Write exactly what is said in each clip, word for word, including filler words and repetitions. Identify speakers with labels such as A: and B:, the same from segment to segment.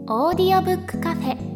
A: オーディオブックカフェ。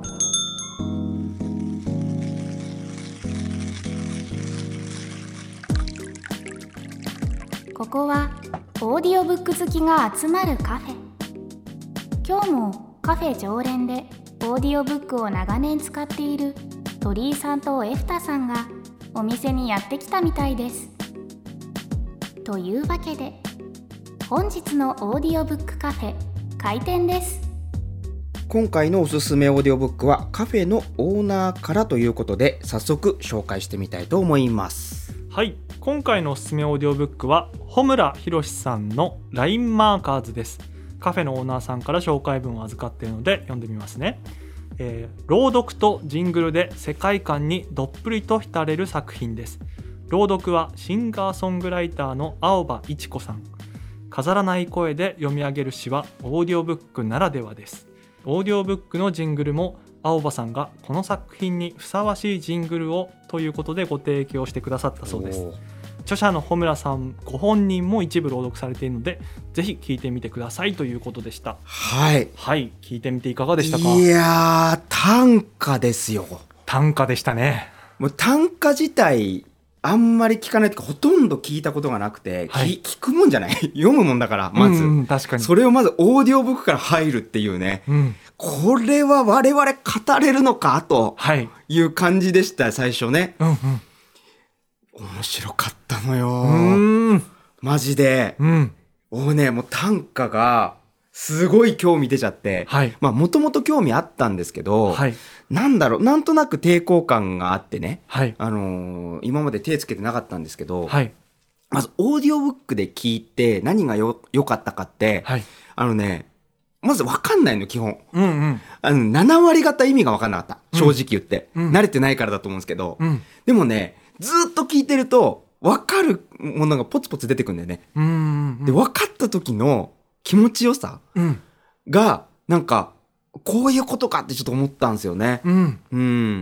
A: ここはオーディオブック好きが集まるカフェ。今日もカフェ常連でオーディオブックを長年使っている鳥居さんとエフタさんがお店にやってきたみたいです。というわけで本日のオーディオブックカフェ開店です。
B: 今回のおすすめオーディオブックはカフェのオーナーからということで、早速紹介してみたいと思います。
C: はい、今回のおすすめオーディオブックは穂村博さんの ライン マーカーズです。カフェのオーナーさんから紹介文を預かっているので読んでみますね。えー、朗読とジングルで世界観にどっぷりと浸れる作品です。朗読はシンガーソングライターの青葉一子さん。飾らない声で読み上げる詩はオーディオブックならではです。オーディオブックのジングルも青葉さんがこの作品にふさわしいジングルをということでご提供してくださったそうです。著者の穂村さんご本人も一部朗読されているので、ぜひ聞いてみてくださいということでした。
B: はい
C: はい、聞いてみていかがでしたか？
B: いやー、短歌ですよ。
C: 短歌でしたね。
B: もう短歌自体あんまり聞かないというか、ほとんど聞いたことがなくて、
C: はい、
B: 聞くもんじゃない読むもんだから、まず、
C: うんうん、確かに
B: それをまずオーディオブックから入るっていうね、うん、これは我々語れるのかという感じでした、はい、最初ね、うんうん、面白かったのよ。うーん、マジで、うん、おね、もう短歌がすごい興味出ちゃって、はい、まあもともと興味あったんですけど、はい、なんだろう、なんとなく抵抗感があってね、はい、あのー、今まで手つけてなかったんですけど、はい、まずオーディオブックで聞いて何がよ良かったかって、はい、あのね、まず分かんないの基本、うんうん、あのなな割方意味が分かんなかった、正直言って、うん、慣れてないからだと思うんですけど、うん、でもね、ずっと聞いてると分かるものがポツポツ出てくるんだよね、うんうんうん、で分かった時の気持ちよさが、なんかこういうことかってちょっと思ったんですよね、うんうん、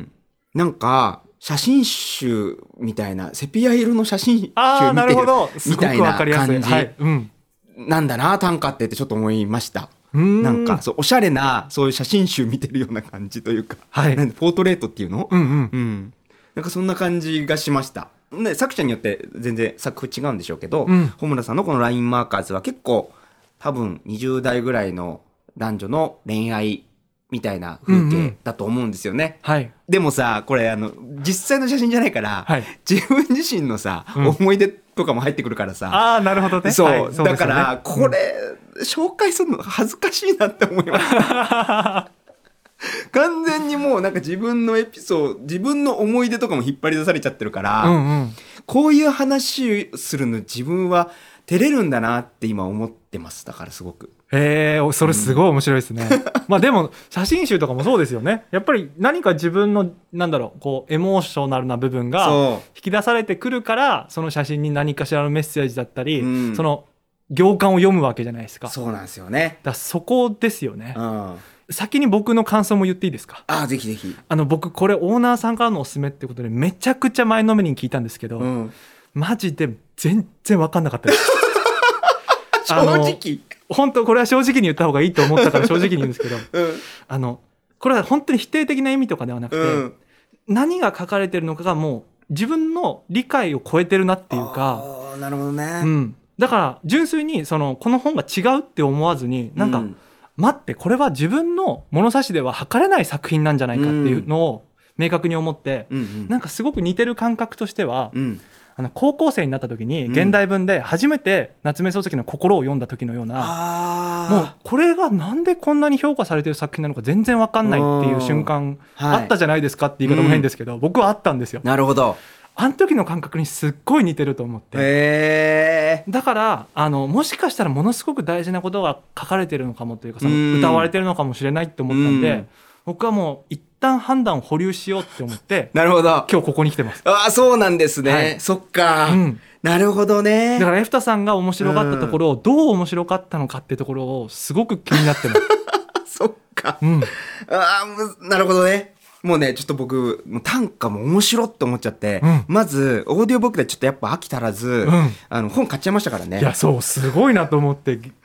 B: なんか写真集みたいな、セピア色の写真集見てるみたいな感じ、はいうん、なんだな短歌ってってちょっと思いました。んなんかそうおしゃれなそういう写真集見てるような感じというか、はい、なんでポートレートっていうの、うんうんうん、なんかそんな感じがしました。で作者によって全然作風違うんでしょうけど、うん、穂村さんのこの ライン マーカーズは結構多分にじゅう代ぐらいの男女の恋愛みたいな風景だと思うんですよね、うんうんはい、でもさこれあの実際の写真じゃないから、はい、自分自身のさ、うん、思い出とかも入ってくるからさ、
C: あーなるほどね、
B: そう、
C: はい、そうですよね、
B: だからこれ、うん、紹介するの恥ずかしいなって思いました完全にもうなんか自分のエピソード、自分の思い出とかも引っ張り出されちゃってるから、うんうん、こういう話するの自分は照れるんだなって今思ってます。だからすごく
C: へー、それすごい面白いですね、うん、まあでも写真集とかもそうですよね。やっぱり何か自分のなんだろう、こうエモーショナルな部分が引き出されてくるから、その写真に何かしらのメッセージだったり、うん、その行間を読むわけじゃないですか。
B: そうなんですよね。
C: だからそこですよね、
B: うん、
C: 先に僕の感想も言っていいですか？
B: あ、ぜひぜひ。あ
C: の僕これオーナーさんからのおすすめってことでめちゃくちゃ前のめりに聞いたんですけど、うん、マジで全然分かんなかったです
B: 正直
C: 本当これは正直に言った方がいいと思ったから正直に言うんですけど、うん、あのこれは本当に否定的な意味とかではなくて、うん、何が書かれてるのかがもう自分の理解を超えてるなっていうか。
B: あ、なるほどね、
C: うん、だから純粋にそのこの本が違うって思わずに、なんか、うん、待ってこれは自分の物差しでは測れない作品なんじゃないかっていうのを明確に思って、うんうん、なんかすごく似てる感覚としては、うん、あの高校生になった時に現代文で初めて夏目漱石の心を読んだ時のような、うん、もうこれがなんでこんなに評価されてる作品なのか全然分かんないっていう瞬間あったじゃないですかって言い方も変ですけど、うん、僕はあったんですよ。
B: なるほど。
C: あの時の感覚にすっごい似てると思って、
B: へー、
C: だからあのもしかしたらものすごく大事なことが書かれてるのかもというか、その歌われてるのかもしれないって思ったんで、ん僕はもう一旦判断を保留しようって思って
B: なるほど
C: 今日ここに来てます。
B: ああ、そうなんですね、はい、そっか、うん、なるほどね。
C: だからエフタさんが面白かったところをどう面白かったのかっていうところをすごく気になってます
B: そっか、うん、ああ、なるほどね。もうね、ちょっと僕もう短歌も面白って思っちゃって、うん、まずオーディオブックでちょっとやっぱ飽き足らず、うん、あの本買っちゃいましたからね。
C: いや、そうすごいなと思って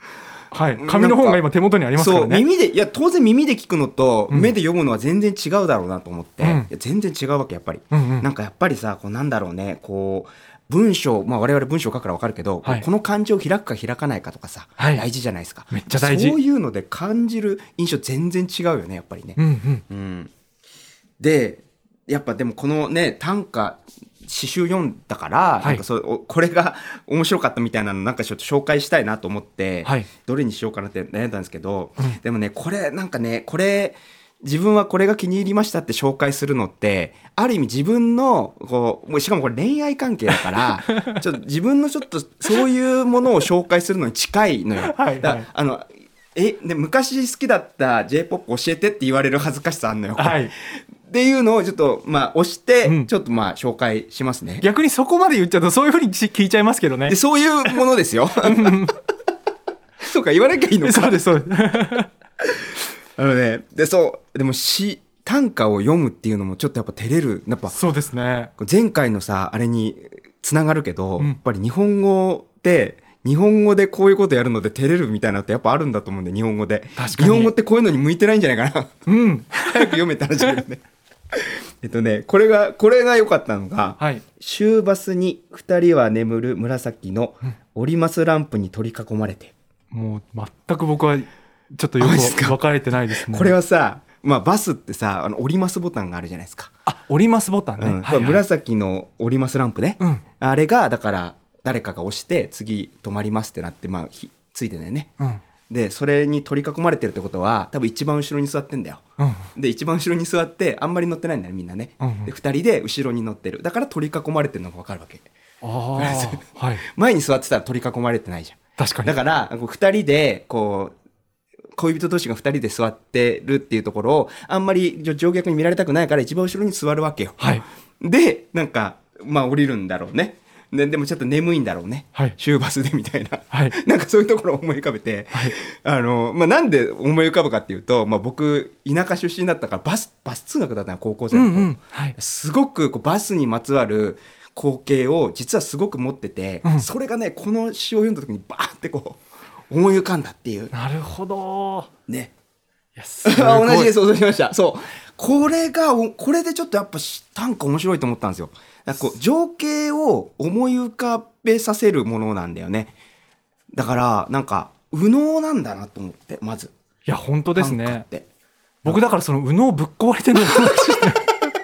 C: はい、紙の本が今手元にありますからね。
B: そう耳でいや当然耳で聞くのと目で読むのは全然違うだろうなと思って、うん、いや全然違うわけやっぱり、うんうん、なんかやっぱりさこうなんだろうねこう文章、まあ、我々文章書くから分かるけど、はい、この漢字を開くか開かないかとかさ、はい、大事じゃないですか。
C: めっちゃ大事。
B: そういうので感じる印象全然違うよねやっぱりね、うんうんうん、でやっぱでもこのね短歌詩集読んだから、はい、なんかそうこれが面白かったみたいなのなんかちょっと紹介したいなと思って、はい、どれにしようかなって悩んだんですけど、うん、でもねこれなんかねこれ自分はこれが気に入りましたって紹介するのってある意味自分のこうしかもこれ恋愛関係だからちょっと自分のちょっとそういうものを紹介するのに近いのよ。はい、だあのえで昔好きだった J-ポップ 教えてって言われる恥ずかしさあんのよ、はい、っていうのをちょっとまあ押してちょっとまあ紹介しますね、
C: うん、逆にそこまで言っちゃうとそういうふうに聞いちゃいますけどね。
B: でそういうものですよそうか言わなきゃいいのか。
C: そうですそうです
B: あのねでそうでも詩短歌を読むっていうのもちょっとやっぱ照れる。やっぱ
C: そうですね
B: 前回のさあれにつながるけど、うん、やっぱり日本語で日本語でこういうことやるので照れるみたいなのってやっぱあるんだと思うんで日本語で。確かに日本語ってこういうのに向いてないんじゃないかなうん早く読めたらしいけどねえっとねこれがこれが良かったのが、はい、終バスに二人は眠る紫の織りますランプに取り囲まれて、
C: うん、もう全く僕はちょっとよく分かれてないですね。
B: これはさまあ、バスってさあの折りますボタンがあるじゃないですか。
C: あ折りますボタンね、うんはいはい、
B: 紫の折りますランプね、うん、あれがだから誰かが押して次止まりますってなって、まあ、ついてないね、うん、でそれに取り囲まれてるってことは多分一番後ろに座ってんだよ、うん、で一番後ろに座ってあんまり乗ってないんだよみんなね、うんうん、でふたりで後ろに乗ってるだから取り囲まれてるのが分かるわけ。あ、はい、前に座ってたら取り囲まれてないじゃん。
C: 確かに。
B: だからふたりでこう恋人同士がふたりで座ってるっていうところをあんまり乗客に見られたくないから一番後ろに座るわけよ、はい、でなんかまあ降りるんだろうね。で, でもちょっと眠いんだろうね、はい、終バスでみたいな、はい、なんかそういうところを思い浮かべて、はい、あのまあ、なんで思い浮かぶかっていうと、まあ、僕田舎出身だったからバスバス通学だったの高校生の頃、うんうんはい、すごくこうバスにまつわる光景を実はすごく持ってて、うん、それがねこの詩を読んだ時にバーってこう思い浮かんだっていう。
C: なるほど
B: ね。いやすごい同じで想像しました。そうこれがこれでちょっとやっぱ短歌面白いと思ったんですよ。なんかこう情景を思い浮かべさせるものなんだよね。だからなんか右脳なんだなと思ってまず。
C: いや本当ですね。僕だからその右脳ぶっ壊れてるのかもしれない。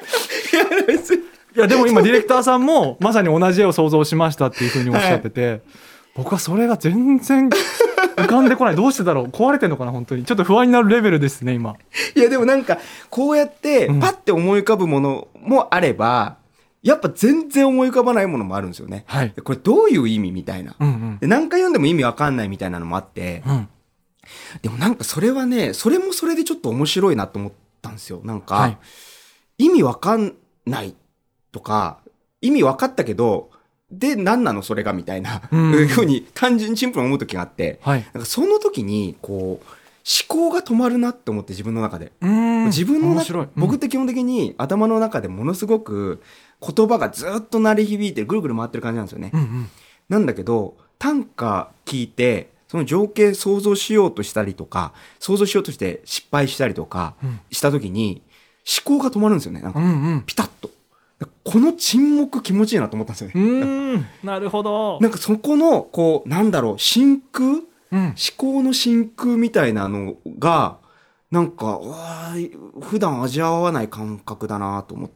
C: いやでも今ディレクターさんもまさに同じ絵を想像しましたっていうふうにおっしゃってて、はい、僕はそれが全然浮かんでこない。どうしてだろう。壊れてんのかな本当に。ちょっと不安になるレベルですね今。
B: いやでもなんかこうやってパッて思い浮かぶものもあれば、うん、やっぱ全然思い浮かばないものもあるんですよね、はい、これどういう意味みたいな、うんうん、で何回読んでも意味わかんないみたいなのもあって、うん、でもなんかそれはねそれもそれでちょっと面白いなと思ったんですよ。なんか、はい、意味わかんないとか意味わかったけどで何なのそれがみたいな、うん、いうふうに単純にシンプルに思う時があって、はい、なんかその時にこう思考が止まるなって思って自分の中で自分の中、うん、僕って基本的に頭の中でものすごく言葉がずっと鳴り響いてぐるぐる回ってる感じなんですよね、うんうん、なんだけど短歌聞いてその情景想像しようとしたりとか想像しようとして失敗したりとかした時に思考が止まるんですよね。なんかピタッとこの沈黙気持ちいいなと思ったんですよね。
C: うーんなるほど。
B: なんかそこのこうなんだろう真空、うん、思考の真空みたいなのがなんかうわ普段味わわない感覚だなと思って、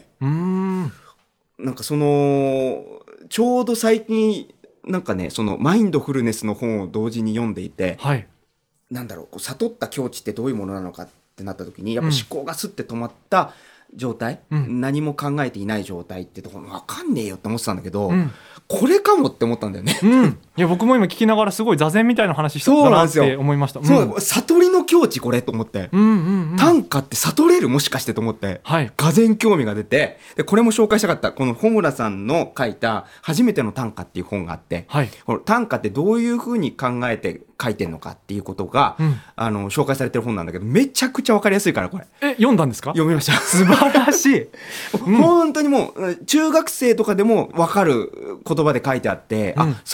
B: うーんなんかそのちょうど最近なんかねそのマインドフルネスの本を同時に読んでいて、はい、なんだろうこう悟った境地ってどういうものなのかってなった時にやっぱ思考がスッて止まった状態、うん、何も考えていない状態ってところ分かんねえよって思ってたんだけど、うん、これかもって思ったんだよね、
C: うん、いや僕も今聞きながらすごい座禅みたいな話したんだなって思いました。
B: そうなんですよ、うん、そう悟りの境地これと思って、うんうんうん、短歌って悟れるもしかしてと思って、はい、がぜん興味が出てでこれも紹介したかったこの穂村さんの書いた初めての短歌っていう本があって、はい、この短歌ってどういうふうに考えて書いてるのかっていうことが、うん、あの紹介されてる本なんだけどめちゃくちゃ分かりやすいからこれ。
C: え読んだんですか？
B: 読みました。
C: 素晴らしい、
B: うん、本当にもう中学生とかでも分かる言葉で書いてあって、うん、あそんなシン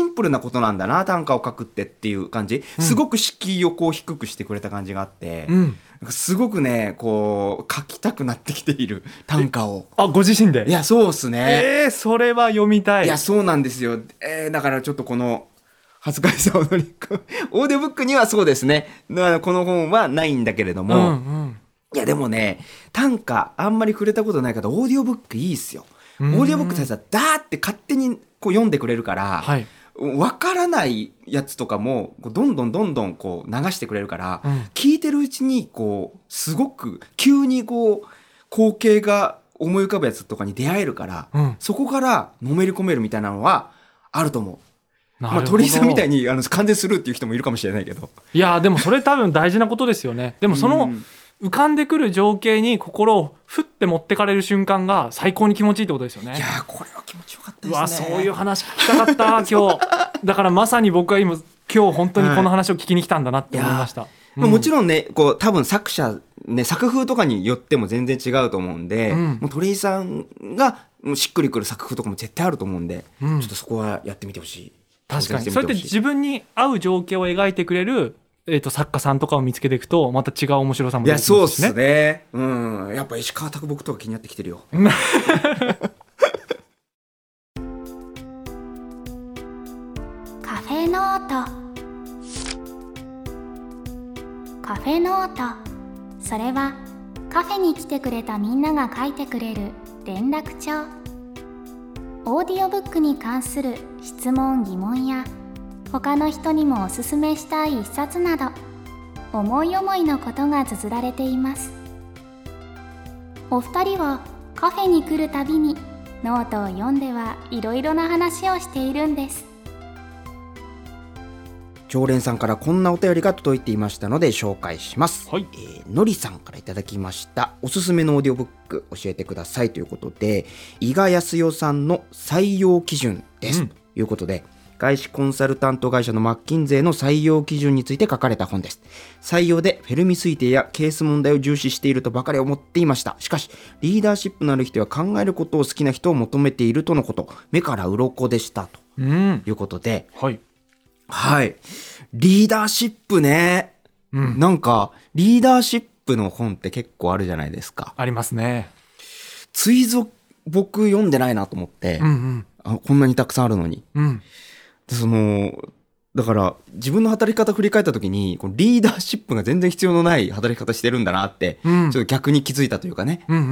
B: ンプルなことなんだな短歌を書くってっていう感じ、すごく敷居をこう低くしてくれた感じがあって、うん、なんかすごくねこう書きたくなってきている短歌を。
C: あ、ご自身で？
B: いやそうっすね。
C: えー、それは読みたい。
B: いやそうなんですよ、えー、だからちょっとこの恥ずかしさを乗り越えオーディオブックにはそうですねこの本はないんだけれども、うんうん、いやでもね短歌あんまり触れたことないからオーディオブックいいっすよ。オーディオブックってさダーって勝手にこう読んでくれるから、はい、分からないやつとかもどんどんどんどんこう流してくれるから、うん、聞いてるうちにこうすごく急にこう光景が思い浮かぶやつとかに出会えるから、うん、そこからのめり込めるみたいなのはあると思う。まあ、鳥居さんみたいにあの完全スルーっていう人もいるかもしれないけど、
C: いやでもそれ多分大事なことですよね。でもその浮かんでくる情景に心をふって持ってかれる瞬間が最高に気持ちいいってことですよね。
B: いやこれは気持ちよかったですね。
C: うわそういう話聞きたかった今日だからまさに僕は今今日本当にこの話を聞きに来たんだなって思いました、はい、
B: うん、もちろんねこう多分作者、ね、作風とかによっても全然違うと思うんで、うん、もう鳥居さんがしっくりくる作風とかも絶対あると思うんで、うん、ちょっとそこはやってみてほしい。
C: 確かにそうやって自分に合う情景を描いてくれる、えー、と作家さんとかを見つけていくとまた違う面白さも出てきますしね。
B: いやそうっすね、うん、やっぱ石川啄木とか気になってきてるよ
A: カフェノートカフェノート、それはカフェに来てくれたみんなが書いてくれる連絡帳。オーディオブックに関する質問疑問や他の人にもおすすめしたい一冊など思い思いのことが綴られています。お二人はカフェに来るたびにノートを読んではいろいろな話をしているんです。
B: 常連さんからこんなお便りが届いていましたので紹介します、はい。えー、のりさんからいただきました。おすすめのオーディオブック教えてくださいということで、伊賀康代さんの採用基準です、うん、ということで、外資コンサルタント会社のマッキンゼーの採用基準について書かれた本です。採用でフェルミ推定やケース問題を重視しているとばかり思っていました。しかしリーダーシップのある人は考えることを好きな人を求めているとのこと。目から鱗でしたと、うん、いうことで、はいはい、リーダーシップね、うん、なんかリーダーシップの本って結構あるじゃないですか。
C: ありますね。
B: ついぞ僕読んでないなと思って、うんうん、あこんなにたくさんあるのに、うん、でそのだから自分の働き方振り返った時にこのリーダーシップが全然必要のない働き方してるんだなって、うん、ちょっと逆に気づいたというかね、うんうんうん、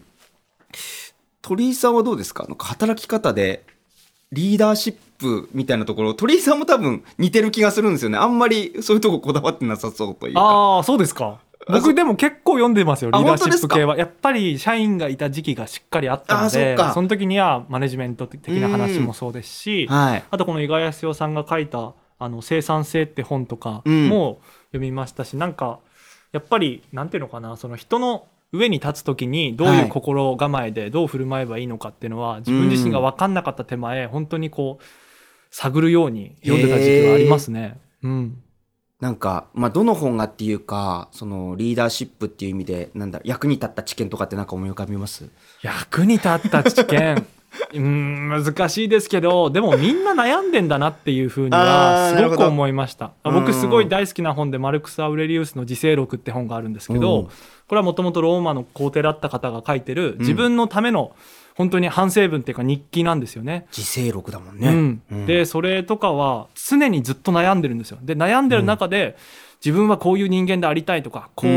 B: 鳥居さんはどうですか？なんか働き方でリーダーシップみたいなところ、鳥居さんも多分似てる気がするんですよね。あんまりそういうとここだわってなさそうというか。
C: ああそうですか。僕でも結構読んでますよ、リーダーシップ系は。やっぱり社員がいた時期がしっかりあったので、 そ, その時にはマネジメント的な話もそうですし、はい、あとこの伊賀康代さんが書いたあの生産性って本とかも読みましたし、うん、なんかやっぱりなんていうのかな、その人の上に立つ時にどういう心構えでどう振る舞えばいいのかっていうのは、自分自身が分かんなかった手前、本当にこう探るように読んでた時期はありますね。うん、
B: なんか、まあ、どの本がっていうか、そのリーダーシップっていう意味でなんだ役に立った知見とかってなんか思い浮かびます？
C: 役に立った知見うーん難しいですけど、でもみんな悩んでんだなっていうふうにはすごく思いました。僕すごい大好きな本でマルクス・アウレリウスの自省録って本があるんですけど、これはもともとローマの皇帝だった方が書いてる自分のための本当に反省文っていうか日記なんですよね。
B: 自省録だもんね、
C: うんうん、でそれとかは常にずっと悩んでるんですよ。で悩んでる中で、うん、自分はこういう人間でありたいとかこう、うん、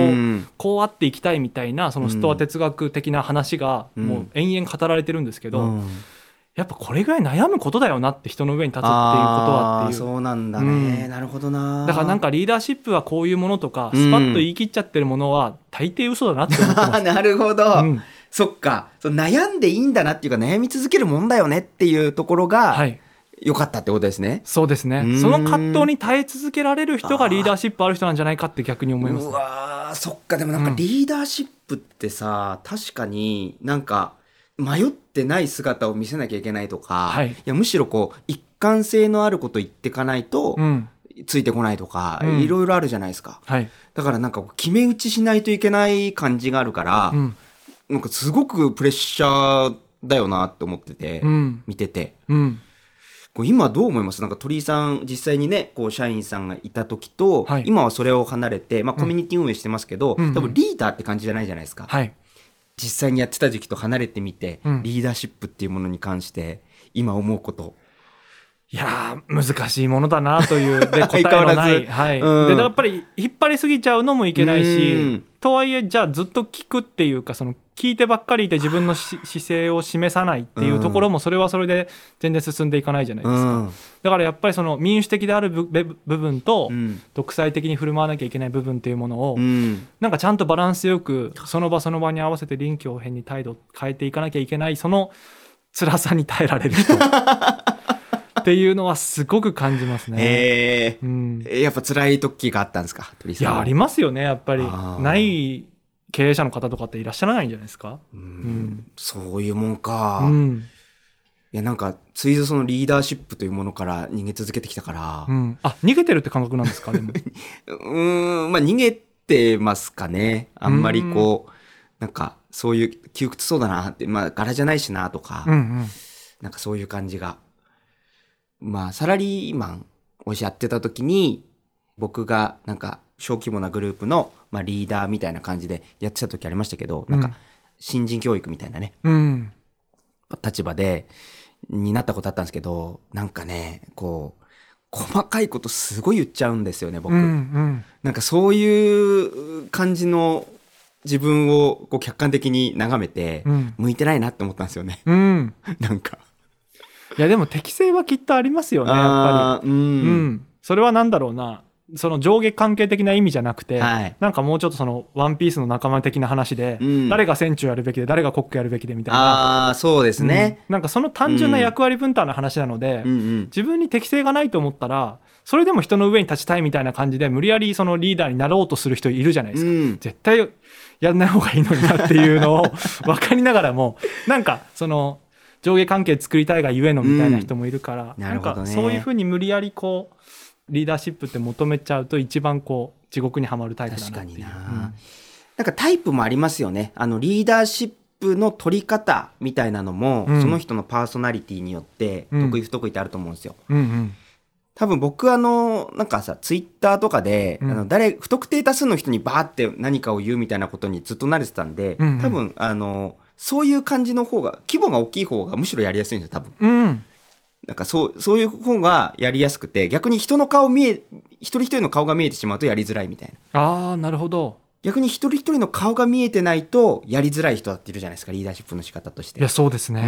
C: こうあっていきたいみたいなそのストア哲学的な話がもう延々語られてるんですけど、うん、やっぱこれぐらい悩むことだよなって、人の上に立つっていうことはっていう。
B: そうなんだね、うん、なるほどな。
C: だからなんかリーダーシップはこういうものとか、スパッと言い切っちゃってるものは大抵嘘だなって思ってます。
B: なるほど、うん、そっか、その悩んでいいんだなっていうか悩み続けるもんだよねっていうところが、はい、良かったってことですね。
C: そうですね。その葛藤に耐え続けられる人がリーダーシップある人なんじゃないかって逆に思います、ね。
B: うわー、そっか。でもなんかリーダーシップってさ、うん、確かになんか迷ってない姿を見せなきゃいけないとか、はい、いやむしろこう一貫性のあること言ってかないと、うん、ついてこないとか、うん、いろいろあるじゃないですか、はい、だからなんか決め打ちしないといけない感じがあるから、うん、なんかすごくプレッシャーだよなって思ってて、うん、見てて、うん、 こう今どう思います？なんか鳥居さん実際にねこう社員さんがいた時と、はい、今はそれを離れて、まあ、コミュニティ運営してますけど、うん、多分リーダーって感じじゃないじゃないですか、はい、実際にやってた時期と離れてみて、うん、リーダーシップっていうものに関して今思うこと。
C: いやー難しいものだなというで答えのない、はいうん、でやっぱり引っ張りすぎちゃうのもいけないし、とはいえじゃあずっと聞くっていうかその聞いてばっかりいて自分の姿勢を示さないっていうところもそれはそれで全然進んでいかないじゃないですか、うん、だからやっぱりその民主的である部分と独裁的に振る舞わなきゃいけない部分っていうものをなんかちゃんとバランスよくその場その場に合わせて臨機応変に態度を変えていかなきゃいけない、その辛さに耐えられる人っていうのはすごく感じますね。
B: へー、うん、やっぱ辛い時があったんですか？鳥居さん。
C: いやありますよねやっぱり。ない経営者の方とかっていらっしゃらないんじゃないですか？うん、うん、
B: そういうもんか、うん、いやなんかついぞそのリーダーシップというものから逃げ続けてきたから、
C: うん、あ逃げてるって感覚なんですか？でも
B: うーんまあ逃げてますかね。あんまりこうなんかそういう窮屈そうだなって、まあ柄じゃないしなとか、うんうん、なんかそういう感じが。まあサラリーマンをやってた時に僕がなんか小規模なグループのまあリーダーみたいな感じでやってた時ありましたけど、なんか新人教育みたいなね、うん、立場でになったことあったんですけど、なんかねこう細かいことすごい言っちゃうんですよね僕、うんうん、なんかそういう感じの自分をこう客観的に眺めて、うん、向いてないなって思ったんですよね、うん、なんか
C: いやでも適性はきっとありますよねやっぱり、うんうん、それはなんだろうな、その上下関係的な意味じゃなくて、はい、なんかもうちょっとそのワンピースの仲間的な話で、うん、誰が船長やるべきで誰がコックやるべきでみたいな、
B: あそうですね、
C: うん、なんかその単純な役割分担の話なので、うん、自分に適性がないと思ったらそれでも人の上に立ちたいみたいな感じで無理やりそのリーダーになろうとする人いるじゃないですか、うん、絶対やんない方がいいのになっていうのを分かりながらもなんかその上下関係作りたいがゆえのみたいな人もいるから、うん、なるほどね、なんかそういうふうに無理やりこうリーダーシップって求めちゃうと一番こう地獄にはまるタイプだなっていう。確かにな、うん、
B: なんかタイプもありますよね。あのリーダーシップの取り方みたいなのも、うん、その人のパーソナリティによって得意不得意ってあると思うんですよ、うんうんうん、多分僕あのなんかさツイッターとかで、うん、あの誰不特定多数の人にバーって何かを言うみたいなことにずっと慣れてたんで、うんうん、多分あのそういう感じの方が規模が大きい方がむしろやりやすいんですよ多分、うん、なんかそう、そういう方がやりやすくて、逆に人の顔見え一人一人の顔が見えてしまうとやりづらいみたいな。
C: あーなるほど。
B: 逆に一人一人の顔が見えてないとやりづらい人だっているじゃないですか、リーダーシップの仕方として。
C: いやそうですね、うんうん、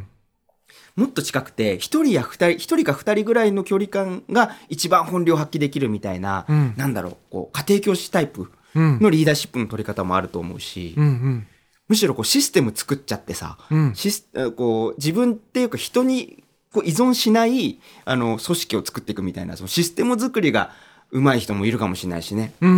B: もっと近くて一人や二人一人か二人ぐらいの距離感が一番本領発揮できるみたいな、うん、なんだろう、こう家庭教師タイプのリーダーシップの取り方もあると思うし、うんうん、むしろこうシステム作っちゃってさ、うん、シスこう自分っていうか人にこう依存しないあの組織を作っていくみたいな、そのシステム作りが上手い人もいるかもしれないしね、うんうんうん、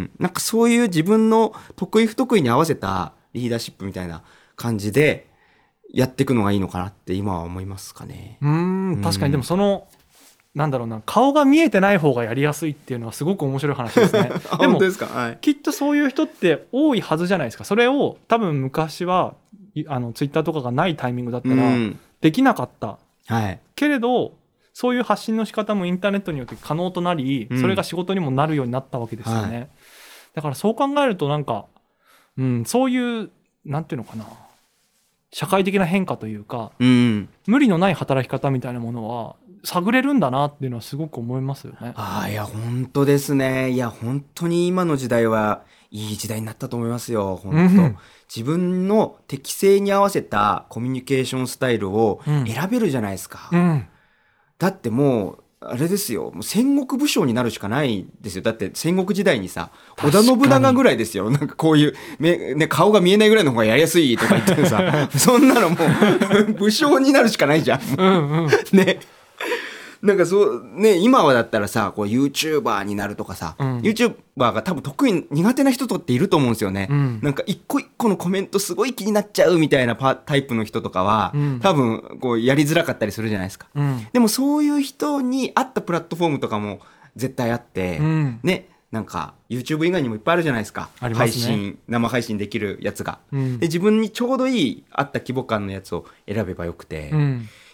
B: なんかそういう自分の得意不得意に合わせたリーダーシップみたいな感じでやっていくのがいいのかなって今は思いますかね。
C: うーん、確かに。でもそのなんだろうな、顔が見えてない方がやりやすいっていうのはすごく面白い話ですね。でも
B: 本当ですか、はい、
C: きっとそういう人って多いはずじゃないですか。それを多分昔はあのツイッターとかがないタイミングだったらできなかった、はい、けれどそういう発信の仕方もインターネットによって可能となり、それが仕事にもなるようになったわけですよね、はい、だからそう考えるとなんか、うん、そういうなんていうのかな、社会的な変化というか、うん、無理のない働き方みたいなものは探れるんだなっていうのはすごく思いますよね。
B: ああ、いや本当ですね。いや本当に今の時代はいい時代になったと思いますよ。本当、うん、自分の適性に合わせたコミュニケーションスタイルを選べるじゃないですか、うん、だってもうあれですよ、もう戦国武将になるしかないですよ。だって戦国時代にさ、織田信長ぐらいですよ。なんかこういう目、ね、顔が見えないぐらいの方がやりやすいとか言ってさそんなのもう武将になるしかないじゃん。うん、うん、ね。なんかそうね、今はだったらさ、こう YouTuber になるとかさ、うん、YouTuber が多分得意苦手な人とっていると思うんですよね、うん、なんか一個一個のコメントすごい気になっちゃうみたいなパタイプの人とかは、うん、多分こうやりづらかったりするじゃないですか、うん、でもそういう人に合ったプラットフォームとかも絶対あって、うん、ね、なんか YouTube 以外にもいっぱいあるじゃないですか。ありますね、配信生配信できるやつが、うん、で自分にちょうどいい合った規模感のやつを選べばよくて、うん、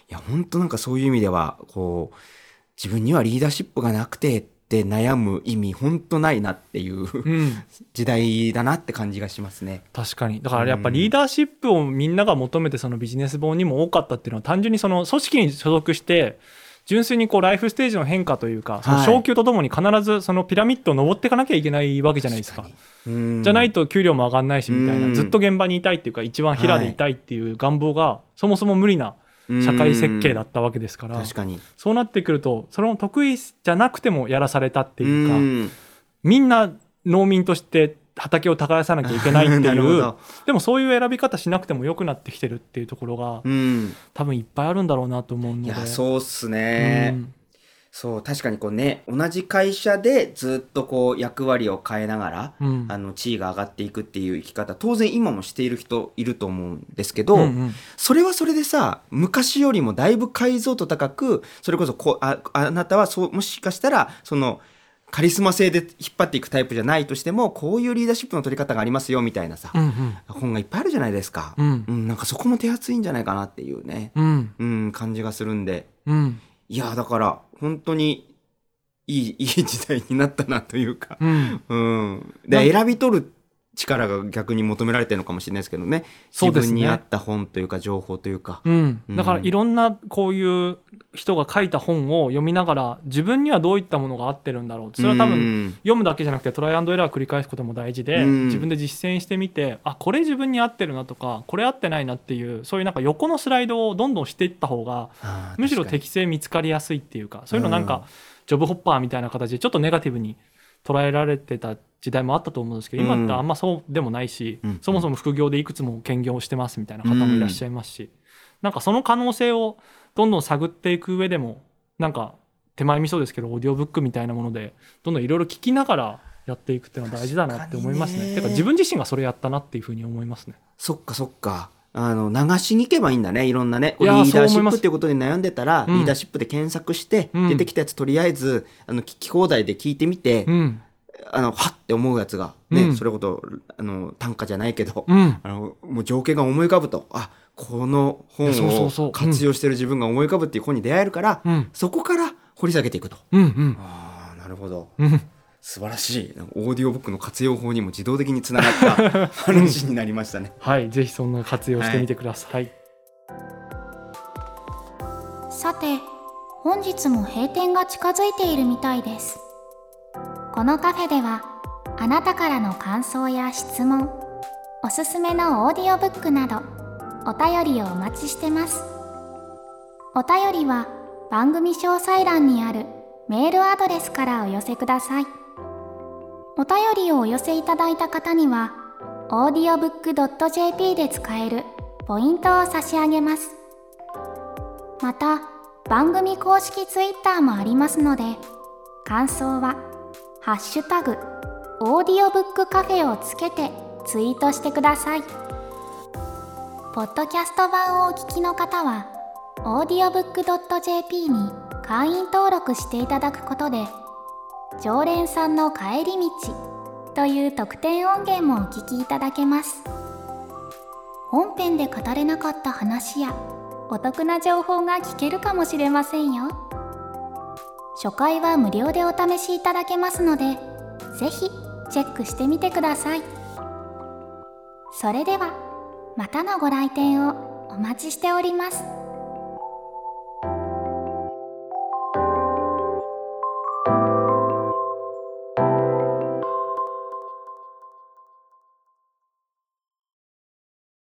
B: いや本当なんかそういう意味ではこう自分にはリーダーシップがなくてって悩む意味本当ないなっていう、うん、時代だなって感じがしますね。
C: 確かに。だからやっぱリーダーシップをみんなが求めてそのビジネス本にも多かったっていうのは単純にその組織に所属して純粋にこうライフステージの変化というか、その昇給とともに必ずそのピラミッドを登っていかなきゃいけないわけじゃないですか。じゃないと給料も上がんないしみたいな、ずっと現場にいたいっていうか一番平でいたいっていう願望がそもそも無理な社会設計だったわけですから、
B: 確かに
C: そうなってくるとそれも得意じゃなくてもやらされたっていうか、みんな農民として畑を耕さなきゃいけないっていうでもそういう選び方しなくてもよくなってきてるっていうところが、うん、多分いっぱいあるんだろうなと思うので。
B: いやそうっすね、うん、そう確かにこうね同じ会社でずっとこう役割を変えながら、うん、あの地位が上がっていくっていう生き方当然今もしている人いると思うんですけど、うんうん、それはそれでさ昔よりもだいぶ解像度高くそれこそこう あ, あなたはそうもしかしたらそのカリスマ性で引っ張っていくタイプじゃないとしてもこういうリーダーシップの取り方がありますよみたいなさ、うんうん、本がいっぱいあるじゃないですか、うんうん、なんかそこも手厚いんじゃないかなっていうね、うんうん、感じがするんで、うん、いやだから本当にいい、いい時代になったなというか、うんうん、で選び取る力が逆に求められてるのかもしれないですけどね。自分に合った本というか情報というか、
C: うんうん、だからいろんなこういう人が書いた本を読みながら自分にはどういったものが合ってるんだろう、それは多分読むだけじゃなくてトライアンドエラー繰り返すことも大事で、自分で実践してみてあこれ自分に合ってるなとかこれ合ってないなっていうそういうなんか横のスライドをどんどんしていった方がむしろ適性見つかりやすいっていうか、そういうのなんかジョブホッパーみたいな形でちょっとネガティブに捉えられてた時代もあったと思うんですけど、今ってあんまそうでもないし、うん、そもそも副業でいくつも兼業してますみたいな方もいらっしゃいますし、うん、なんかその可能性をどんどん探っていく上でもなんか手前味噌ですけどオーディオブックみたいなものでどんどんいろいろ聞きながらやっていくっていうのは大事だなって思いますね。てか自分自身がそれやったなっていうふうに思いますね。
B: そっかそっか、あの流しに行けばいいんだね。いろんなねリーダーシップっていうことで悩んでたら、うん、リーダーシップで検索して、うん、出てきたやつとりあえずあの聞き放題で聞いてみて、うん、あのはって思うやつが、ねうん、それこそあの単価じゃないけど、うん、あのもう情景が思い浮かぶと、あこの本を活用してる自分が思い浮かぶっていう本に出会えるから、うん、そこから掘り下げていくと、うんうん、あなるほど、うん、素晴らしい。オーディオブックの活用法にも自動的につながった話になりましたね。
C: はい、ぜひそんな活用してみてください、はい、
A: さて本日も閉店が近づいているみたいです。このカフェではあなたからの感想や質問、おすすめのオーディオブックなどお便りをお待ちしてます。お便りは番組詳細欄にあるメールアドレスからお寄せください。お便りをお寄せいただいた方には オーディオブックドットジェーピー で使えるポイントを差し上げます。また番組公式ツイッターもありますので、感想はハッシュタグオーディオブックカフェをつけてツイートしてください。ポッドキャスト版をお聞きの方は オーディオブックドットジェーピー に会員登録していただくことで常連さんの帰り道という特典音源もお聞きいただけます。本編で語れなかった話やお得な情報が聞けるかもしれませんよ。初回は無料でお試しいただけますのでぜひチェックしてみてください。それではまたのご来店をお待ちしております。